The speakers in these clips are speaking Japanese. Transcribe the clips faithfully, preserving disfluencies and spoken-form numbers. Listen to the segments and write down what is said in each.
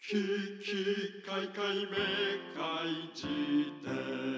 ききかいかいめかいじ典。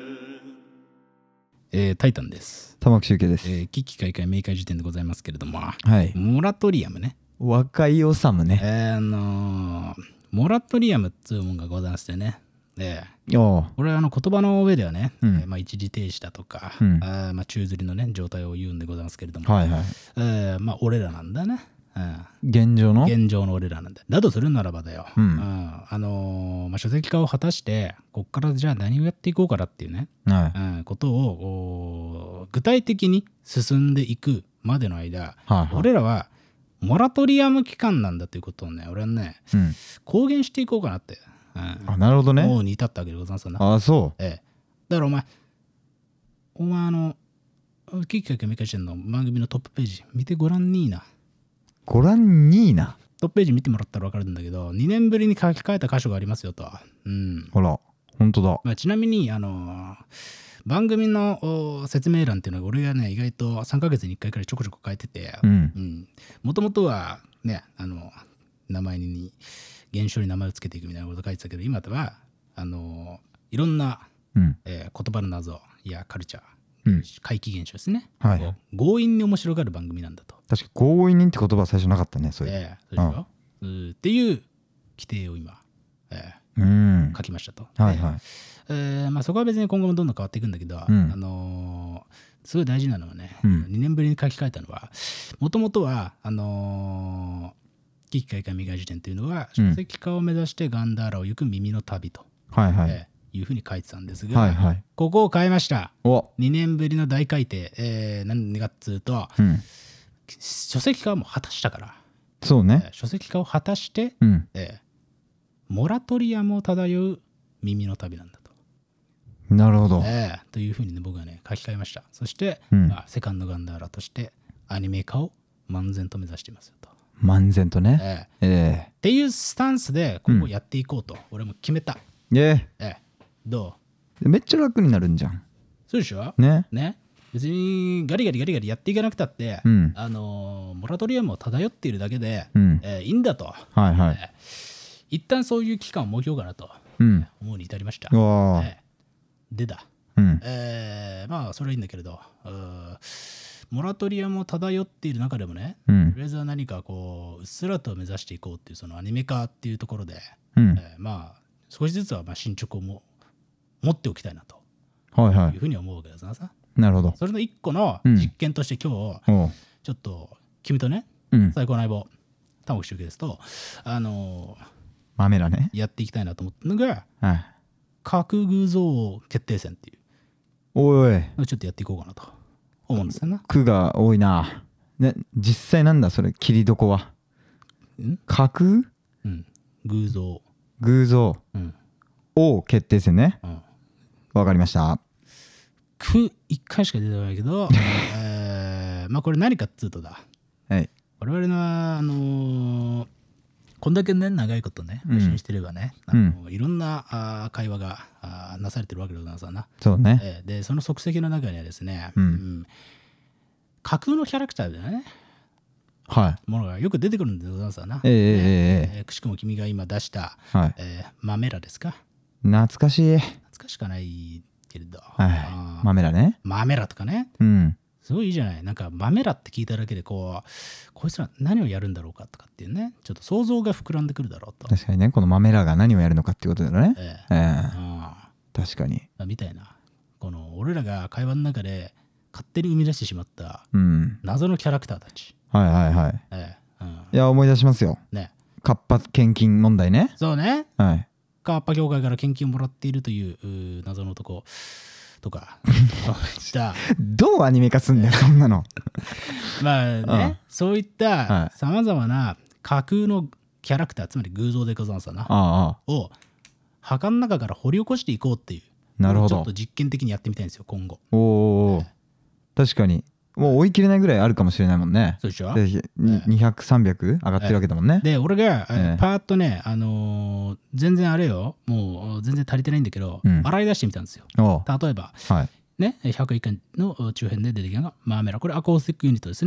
えー、タイタンです。 玉木周慶です。 えー、危機開会明快時点でございますけれども、 はい。 モラトリアムね。 若いおさむね。 えー、あのー、モラトリアムっつうもんがございましてね。えー、おこれはあの言葉の上ではね、 うんえーまあ、一時停止だとか、 うんあまあ、宙吊りのね状態を言うんでございますけれども、 はいはい。 えー、まあ俺らなんだね。うん、 現状の現状の俺らなんだ。だとするならばだよ。 うんうんあのーまあ、書籍化を果たして、こっからじゃあ何をやっていこうかなっていうね、 はいうん、ことを具体的に進んでいくまでの間、 はいはい俺らはモラトリアム期間なんだということをね、俺はね、 うん公言していこうかなって、うん、 あなるほどね。 もうに至ったわけでございますな。 あそええ、だからお前、お前あの、危機開会明快時点の番組のトップページ見てごらんにいな。 うご覧にいな。 トップページ見てもらったら分かるんだけど、にねんぶりに書き換えた箇所がありますよと。うん。 ほら本当だ。 まあ、ちなみに、あの番組のお説明欄っていうのは俺がね、意外とさんかげつにいっかいくらいちょこちょこ変えてて、 うんもともとはね、あの、名前に、現象に名前をつけていくみたいなこと書いてたけど、今では、あのいろんな、 うんえー言葉の謎やカルチャー、 うん怪奇現象ですね。 はいこう強引に面白がる番組なんだと。 確か強引にって言葉は最初なかったね。それ、 ええそうでしょうーっていう規定を今、えうんー書きましたと。 はいはい。 えーまあ、そこは別に今後もどんどん変わっていくんだけど、 うんあのーすごい大事なのはね、 うんにねんぶりに書き換えたのは、もともとはあのー危機開会未開時点というのはうん書籍化を目指してガンダーラを行く耳の旅と、 はいはい、 えーいうふうに書いてたんですが、 はいはい。 ここを変えました。 おにねんぶりの大改定、えー、何がっつうと、 うん書籍化はもう果たしたから、 そうねえー書籍化を果たして、 うんえーモラトリアムを漂う耳の旅なんだと。 なるほど。 ええというふうにね、僕はね、書き換えました。そして、 うんまあ、セカンドガンダーラとしてアニメ化を漫然と目指していますよと。 漫然とね。 えええっていうスタンスで今後やっていこうと、俺も決めた。 ええええどえめっちゃ楽になるんじゃん。 うそうでしょね。 ね。別にガリガリガリガリやっていかなくたって、 うんあのーモラトリアムを漂っているだけで、 うんええいいんだと。 はいはい。 ええ一旦そういう期間を設けようかなとうん思うに至りました。 うわーええでだ。 うんえーまあそれはいいんだけれど、うーモラトリアムを漂っている中でもね、 うんとりあえずは何かこううっすらと目指していこうっていうそのアニメ化っていうところで、 うんえーまあ少しずつはまあ進捗をも持っておきたいなとはいはいいうふうに思うわけですがさ、 なるほど。 それの一個のうん実験として今日おうちょっと君とね、 うん最高の相棒玉木周慶ですと、あの豆だね。 ーやっていきたいなと思ったのがはい。 核偶像決定戦っていうおいおいのをちょっとやっていこうかなと思うんですよな。 句が多いな。ね実際なんだそれ切りどこは。 ん架空うん、偶像、 偶像うん王決定戦ね。 うん、 わかりました。 くいっかいしか出てこないけど、えーまあこれ何かっつうとだ、 はい。 我々のあのーこんだけね長いことねうん配信してればね、あのいろんなあー会話があーなされてるわけでございますわな、 そうね。 えーでその足跡の中にはですね、 うんうん架空のキャラクターでねはい。 ものがよく出てくるんでございますわな、 ええええええーくしくも君が今出した、 えはい。 えーマメラですか、 懐かしい。 懐かしかないけれど、 はいあー豆だね。 マメラとかね、 うん。 すごいいいじゃない。なんかマメラって聞いただけでこうこいつら何をやるんだろうかとかっていうね、ちょっと想像が膨らんでくるだろうと。 確かにね、この豆らが何をやるのかっていうことだよね。 ええええ確かに。 うん、みたいな、この俺らが会話の中で勝手に生み出してしまったうん。 謎のキャラクターたち。 はいはいはい。 ええうん、 いや、思い出しますよ。 ね、 カッパ献金問題ね。 そうね。 はい。 カッパ協会から献金をもらっているといううー謎の男とかしたどうアニメ化すんだよ、そんなの。 まあね、 うんそういっはいたさまざまな架空のキャラクター、つまり偶像でございますわな、 ああああ。 を墓の中から掘り起こしていこうっていうなるほどちょっと実験的にやってみたいんですよ今後。 おお、確かに。もう追い切れないぐらいあるかもしれないもんね。 そうでしょ。 でににひゃく、さんびゃく上がってるわけだもんね。 で俺が、えええパーッとね、あのー全然あれよ、もう全然足りてないんだけど、 うん洗い出してみたんですよ。 おう例えばはい。 ねひゃくいっかいの中編で出てきたのがマーメラ、これアコースティックユニットですね。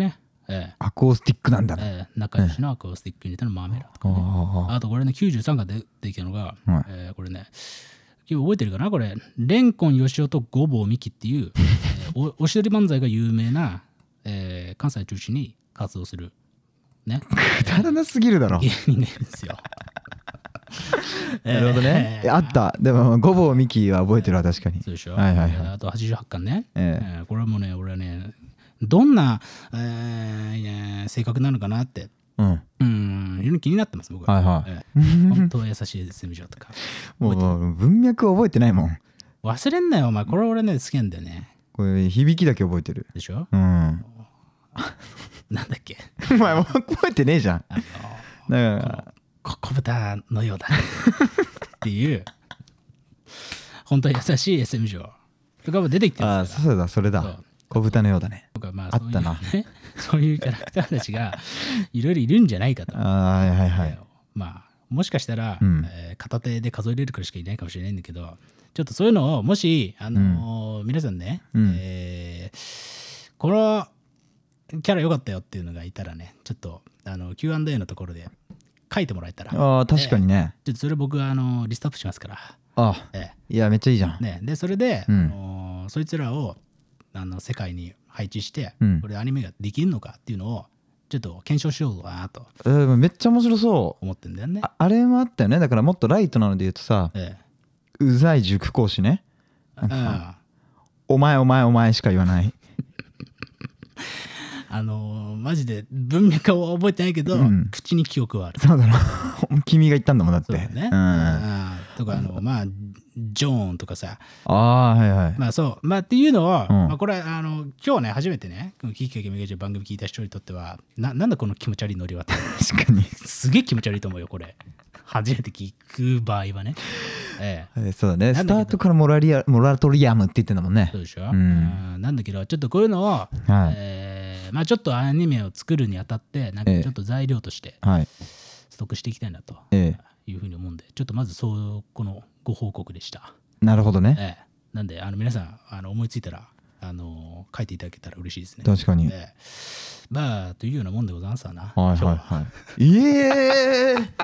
ええアコースティックなんだね。 ええ仲良しのアコースティックに入れたのマメラとかね。 ああとこれね、きゅうじゅうさんが出てきたのが、 はいえーこれね、今日覚えてるかなこれ、レンコンよしおとごぼうみきっていう、えーお、おしどり漫才が有名な、えー関西を中心に活動する、ね、 くだらなすぎるだろ。 芸人がいるんですよ。 なるほどね。 えーあった。でも、ごぼうミキは覚えてるわ、確かに。 そうでしょ、 はいはいはいえーあとはちじゅうはちかんね、 えええーこれもね、俺はね、どんな、えーえー性格なのかなって、 うん。 うん、非常に気になってます、僕は。 はいはいえー本当は優しいです、みじょとか。 もう、文脈覚えてないもん。 忘れんなよ、お前。これ俺ね、好きなんだよね。 これ、響きだけ覚えてる。 でしょうん。 なんだっけお前、覚えてねえじゃん。 あの、 だから、 こ小豚のようだっていう本当に優しい エスエム 嬢とかも出てきてるああ、 んですよ。 そうだ、それだそう。 小豚のようだね。 とかまああったなそういうねそういうキャラクターたちがいろいろいるんじゃないかと。 ああ、はいはいはい。 まあもしかしたら、 うんえー片手で数えれるくらいしかいないかもしれないんだけど、ちょっとそういうのをもし、あのー皆さんね、 うんえーこのキャラ良かったよっていうのがいたらね、ちょっとあの キューアンドエー のところで書いてもらえたら、 ああ、確かにね。 ちょっとそれ僕はあのリストアップしますから、 あえいや、めっちゃいいじゃん。 えね、でそれで、 うんあのーそいつらをあの世界に配置して、 うんこれアニメができるのかっていうのをちょっと検証しようかなとえーめっちゃ面白そう。 思ってんだよね。 ああれもあったよね。だからもっとライトなので言うとさ、 えうざい塾講師ね。 えうんお前お前お前しか言わない。 あのーマジで文脈は覚えてないけど、 うん口に記憶はある。 そうだろ。君が言ったんだもんだって。 そうだね。 うん。あうんとかあのまあジョーンとかさ、 あ、はいはい。 まあそうまあっていうのは、 うんまあこれあの今日ね初めてね、このキキカケメガジ番組聞いた人にとってはななんだこの気持ち悪いノリはって確かに。 すげえ気持ち悪いと思うよこれ。初めて聞く場合はね。ええ。 えーそうだね。 なんだけどスタートからモラリアモラトリアムって言ってんだもんねそう。でしょ、 うんうんなんだけどちょっとこういうのを、 はいえーまあちょっとアニメを作るにあたってなんかええちょっと材料としてはい。 ストックしていきたいなとえいうふうに思うんで、ちょっとまずそうこのご報告でした。 えなるほどね。 ええ、なんであの皆さんあの思いついたらあの書いていただけたら嬉しいですね。 確かに。 ええ、まあというようなもんでございますわな。 はい今日はいはい。いえー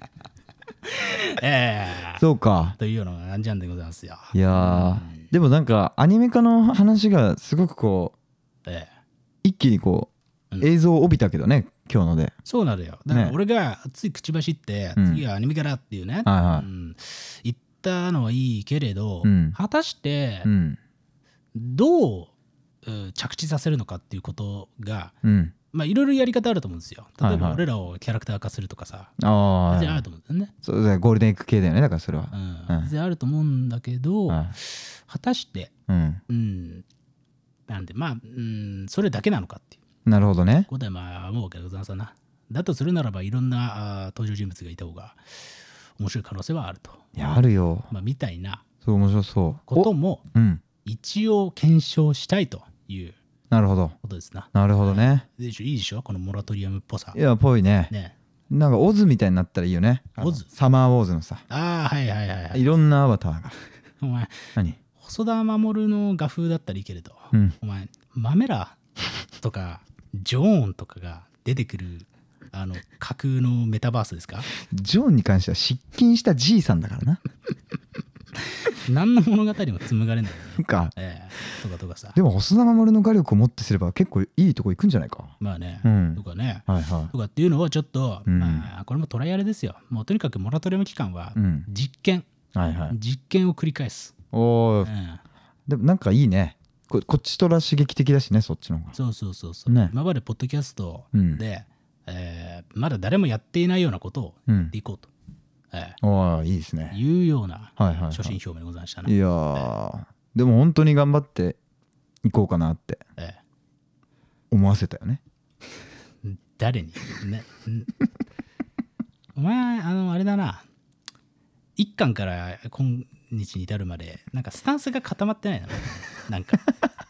ええそうか。 というようななんじゃんでございますよ。 いやーでもなんかアニメ化の話がすごくこうええ、 一気にこうんう映像を帯びたけどね、今日ので。 そうなるよ。だからね俺がつい口走って、 うん次はアニメからっていうね、 はいはいうん言ったのはいいけれど、 うん果たしてうんどう、うん着地させるのかっていうことが、 うん。 まあいろいろやり方あると思うんですよ。例えはいはいば俺らをキャラクター化するとかさ、 ああ、 全然あると思うんですよね。 そうだよゴールデンエッグ系だよね、だからそれは。 うんうん全然あると思うんだけど、 はい果たして、 うん。 うん、なんでまあ、うん、それだけなのかっていうなるほどね。 ことはまあ思うわけでございますな。だとするならばいろんなあー登場人物がいた方が面白い可能性はあると。 いや、あるよ。 まあ、みたいなそう、面白そう。 こともおうん。 一応検証したいというなるほど。 ことですな。 なるほどね。 でしょいいでしょこのモラトリアムっぽさい。や、ぽいね。 ね。 なんかオズみたいになったらいいよね。 オズサマーウォーズのさ。 ああ、はいはいはいはい。 いろんなアバターが。 お前、 何細田守の画風だったらいいけれど、 うん。 お前、マメラとか、ジョーンとかが出てくる、あの、架空のメタバースですかジョンに関しては失禁したじいさんだからな。 何の物語も紡がれないよね。 なんか、 ええとかとかさ。 でも細田守の画力をもってすれば結構いいとこ行くんじゃないか。 まあね、 うんとかね。 はいはとかっていうのをちょっと、 うんまあ、これもトライアルですよ。もうとにかくモラトリアム期間はうん実験、 い。はいはい。 実験を繰り返す。 おーうんでもなんかいいね。ここっちとら刺激的だしね、そっちの方が。 そうそうそうそう、 ね今までポッドキャストうんで、えーまだ誰もやっていないようなことをうんやっていこうと、えおーいいですね。 ーいうようなはいはいはい初心表明でございましたな。 いやーでも本当に頑張っていこうかなってえ思わせたよね。 ー誰に、ね、んお前あのあれだな、一巻から今日に至るまでなんかスタンスが固まってないななんか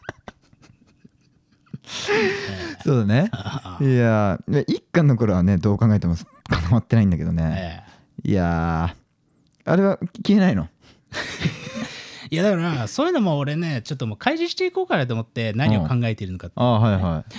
そうだね。いやー一巻の頃はねどう考えても固まってないんだけどね。 えいやーあれは消えないの。 ーいやだからそういうのも俺ねちょっともう開示していこうかなと思って何を考えているのかって、 ああはいは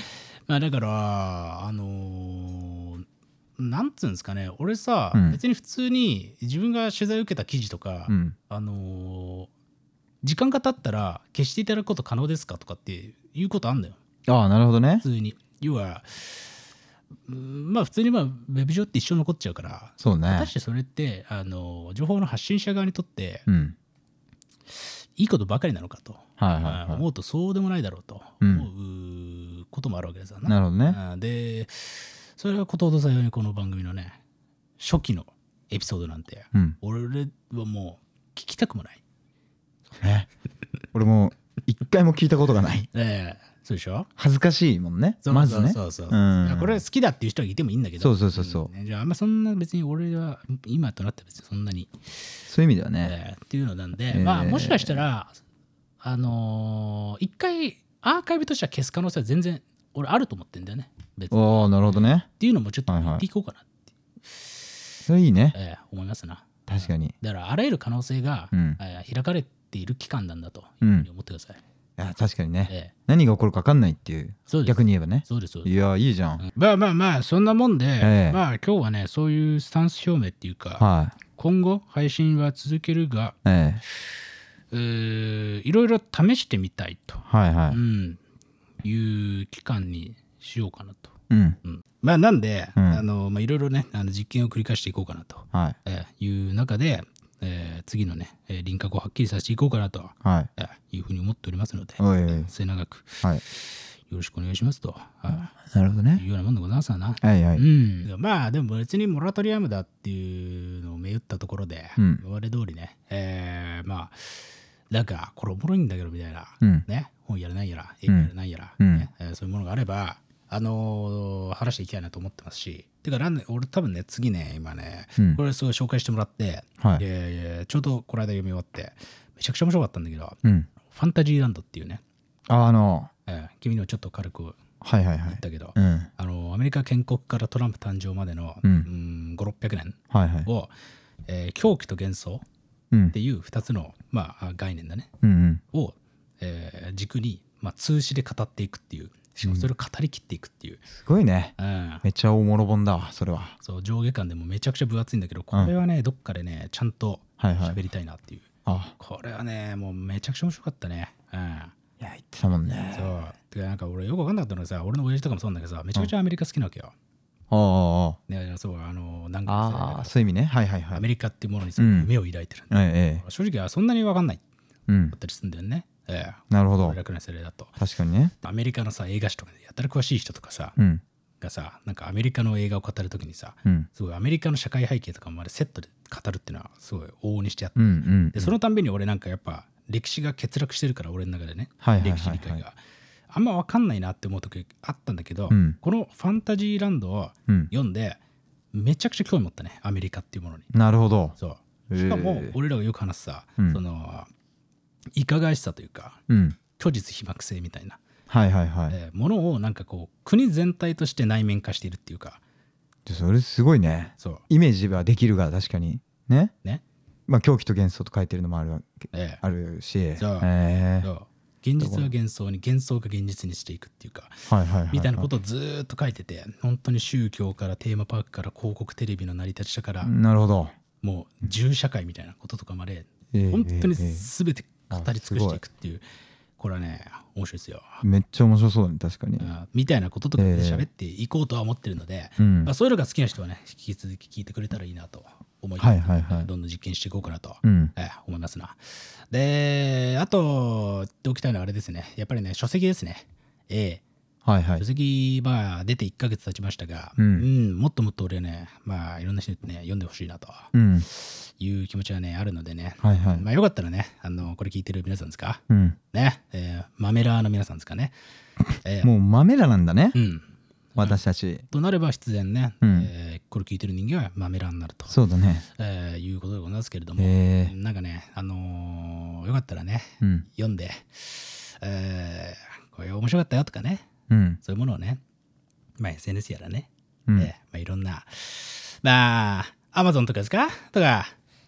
まあだからあのー、なんつうんですかね、俺さ、 うん別に普通に自分が取材を受けた記事とか、 うんあのー、時間が経ったら消していただくこと可能ですかとかっていうことあんだよ、 ああなるほどね。 普通に。要はうんまあ普通にまあウェブ上って一生残っちゃうから、 そうね果たしてそれってあの情報の発信者側にとってうんいいことばかりなのかと、 はいはいあはい思うとそうでもないだろうとうん思うこともあるわけですよね。 なるほどね。 あでそれはことほどさようにこの番組のね初期のエピソードなんてうん俺はもう聞きたくもない。 ね俺も一回も聞いたことがない。 ええそうでしょ。 恥ずかしいもんねそうまずね。 そうそうそう、 うんいやこれ好きだっていう人はいてもいいんだけど、 そうそうそうそうんねじゃああんまそんな別に俺は今となっては別にそんなに、 そういう意味ではね。 えーっていうのなんで、 えーまあもしかしたらあのー一回アーカイブとしては消す可能性は全然俺あると思ってんだよね別に。っおおなるほどね。 ていうのもちょっと言っていこうかなって、 それいいね。 えー思いますな。 確かに。いだからあらゆる可能性が、 うんえー開かれている期間なんだというふうに思ってください。 や確かにね。 えー何が起こるか分かんないっていう。 そうです逆に言えばね。 そうですそうです。 いやいいじゃん。 うんまあまあまあそんなもんで、 ええまあ今日はねそういうスタンス表明っていうか、 は今後配信は続けるが、 い。えええーいろいろ試してみたいと、 はいはい。 うん、いう期間にしようかなと。 うん。 うんまあなんで、 うんあのまあいろいろねあの実験を繰り返していこうかなと、 はい。 えーいう中で、えー次のね、えー輪郭をはっきりさせていこうかなと、 はい。 えーいうふうに思っておりますので、 おいおい。 末永くはい。 よろしくお願いしますと、あなるほどね。 いうようなもんでございますわな。 はいはい。 うん、まあでも別にモラトリアムだっていうのを銘打ったところで、 うん我々通りね、えーまあなんかこれおもろいんだけどみたいな、 うんね、本やらないやら映画やらないやら、 うんねえーそういうものがあれば、あのー話していきたいなと思ってますし、てかなんで俺多分ね次ね今ね、 うんこれすごい紹介してもらって、 はいでちょうどこの間読み終わってめちゃくちゃ面白かったんだけど、 うん。 ファンタジーランドっていうね、 ああのえー君にもちょっと軽くはいはいはい。 言ったけど、 うん。 あのアメリカ建国からトランプ誕生までの、 うんうん、ごひゃくろっぴゃくねんはいはい。 を、えー狂気と幻想うんっていうふたつの、まあ、概念だねうんうん。 を、えー軸に、まあ、通詞で語っていくっていう、しかもそれを語りきっていくっていう、 すごいね。 うんめっちゃおもろ本だわそれは。 そう上下感でもめちゃくちゃ分厚いんだけど、これはね、どっかでねちゃんとはいはい喋りたいなっていう、 あこれはねもうめちゃくちゃ面白かったね。うんいや言ってたもんね。 そうてかなんか俺よく分かんなかったのがさ、俺の親父とかもそうなんだけどさ、めちゃくちゃアメリカ好きなわけよ。 ああね、そうあの何かああああそういう意味ね。はいはいはい。 アメリカっていうものにすごい夢を抱いてるんで、 ええ正直はそんなに分かんないうんだったりするんだよね。ええなるほど俺らくらいの世代だと。 確かにね。 アメリカのさ映画史とかでやったら詳しい人とかさ、 うんがさなんかアメリカの映画を語るときにさ、 うんすごいアメリカの社会背景とかまでセットで語るっていうのはすごい往々にしてあって、 うんうんでそのたんびに俺なんかやっぱ歴史が欠落してるから俺の中でね、 はいはいはいはい歴史理解があんま分かんないなって思う時あったんだけど、 うんこのファンタジーランドをうん読んでめちゃくちゃ興味持ったね、アメリカっていうものに。 なるほど。 そうしかもへえ俺らがよく話すさ、 うんそのいかがわしさというかうん虚実皮膜性みたいな、 はいはいはい。 えーものをなんかこう国全体として内面化しているっていうか、 でそれすごいね。 そうイメージはできるが確かにね。 ね、 まあ狂気と幻想と書いてるのもあるわけえあるし。 そうええそう現実は幻想に幻想が現実にしていくっていうか、 はいはいはいはい。 みたいなことをずーっと書いてて、本当に宗教からテーマパークから広告テレビの成り立ちだから、 なるほど。 もう銃社会みたいなこととかまでええ本当にええ全て語り尽くしていくっていう、これはね面白いですよ、 めっちゃ面白そうだね確かに。 うんみたいなこととかでええ喋っていこうとは思ってるので、 うんまあ、そういうのが好きな人はね引き続き聞いてくれたらいいなと思い、 はいはいはいどんどん実験していこうかなと、 うんええ思いますな。であと言っておきたいのはあれですね、やっぱりね書籍ですね。ええ書はいはい。 籍まあ出ていっかげつ経ちましたが、 うんうんもっともっと俺はねまあいろんな人にね読んでほしいなとうんいう気持ちがねあるのでね、 はいはい。 まあよかったらねあのこれ聞いてる皆さんですかうん。 ね、えーマメラーの皆さんですかね、えーもう豆らなんだねうん私たち。 となれば必然ね、 うんえーこれ聞いてる人間はマメラーになると、 そうだね。 えーいうことでございますけれども、 へえ。 なんかねあのーよかったらねうん読んで、えーこれ面白かったよとかね、 うんそういうものをね、まあ、エスエヌエス やらね、 うんえーまあ、いろんな、まあ、アマゾンとかですかとか、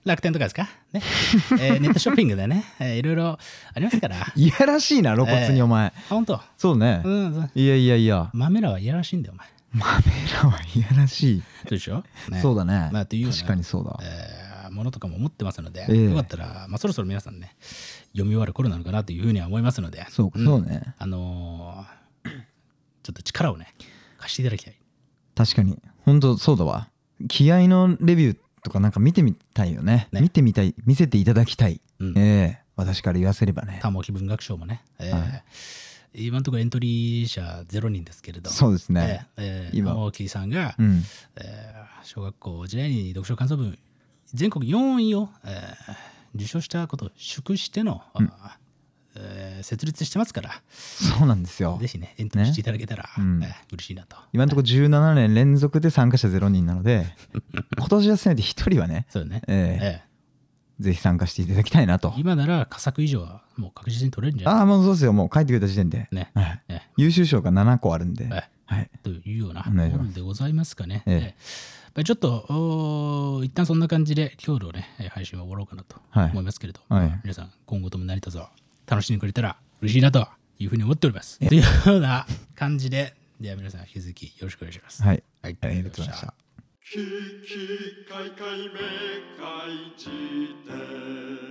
楽天とかですかね、えーネットショッピングでね、えーいろいろありますから。 いやらしいな露骨にお前、 あ、本当。 そうね、 うんそう。 いやいやいや、 豆らはいやらしいんだよお前。 豆らはいやらしい、 そうでしょ、ね、 そうだね、 まあというような確かにそうだ、 えーものとかも持ってますので、 ええよかったら、まあ、そろそろ皆さんね読み終わる頃なのかなというふうには思いますので、 そうか、 んそうね、 あのーちょっと力をね貸していただきたい。 確かに本当そうだわ、気合のレビューとかなんか見てみたいよね、 ね見てみたい、見せていただきたい、 うんええ私から言わせればね、 多聞文学賞もね、えーはい今のところエントリー者ゼロにんですけれど、 そうですね、 えーえー今玉木さんが、 うん、 えー小学校時代に読書感想文全国よんいを、えー受賞したことを祝しての、あえー設立してますから、 そうなんですよ、 ぜひねエントリーしていただけたら、 うんえー嬉しいなと。 今のところじゅうななねん連続で参加者ゼロにんなので今年はせめてひとりはね、 そうね、 ええええぜひ参加していただきたいなと。 今なら佳作以上はもう確実に取れるんじゃないああもうそうですよ、もう書いてくれた時点で、 ねはいえ優秀賞がななこあるんで、 えはい、 というようなお願いしますものでございますかね。 ええええやっぱりちょっとおー一旦そんな感じで今日のねえー配信は終わろうかなとはい思いますけれど、 はいまあ皆さん今後とも何卒楽しんでくれたら嬉しいなというふうに思っております。というような感じで、では皆さん引き続きよろしくお願いします。 はい、 はい、 ありがとうございました。 ききかいかいめかいじ典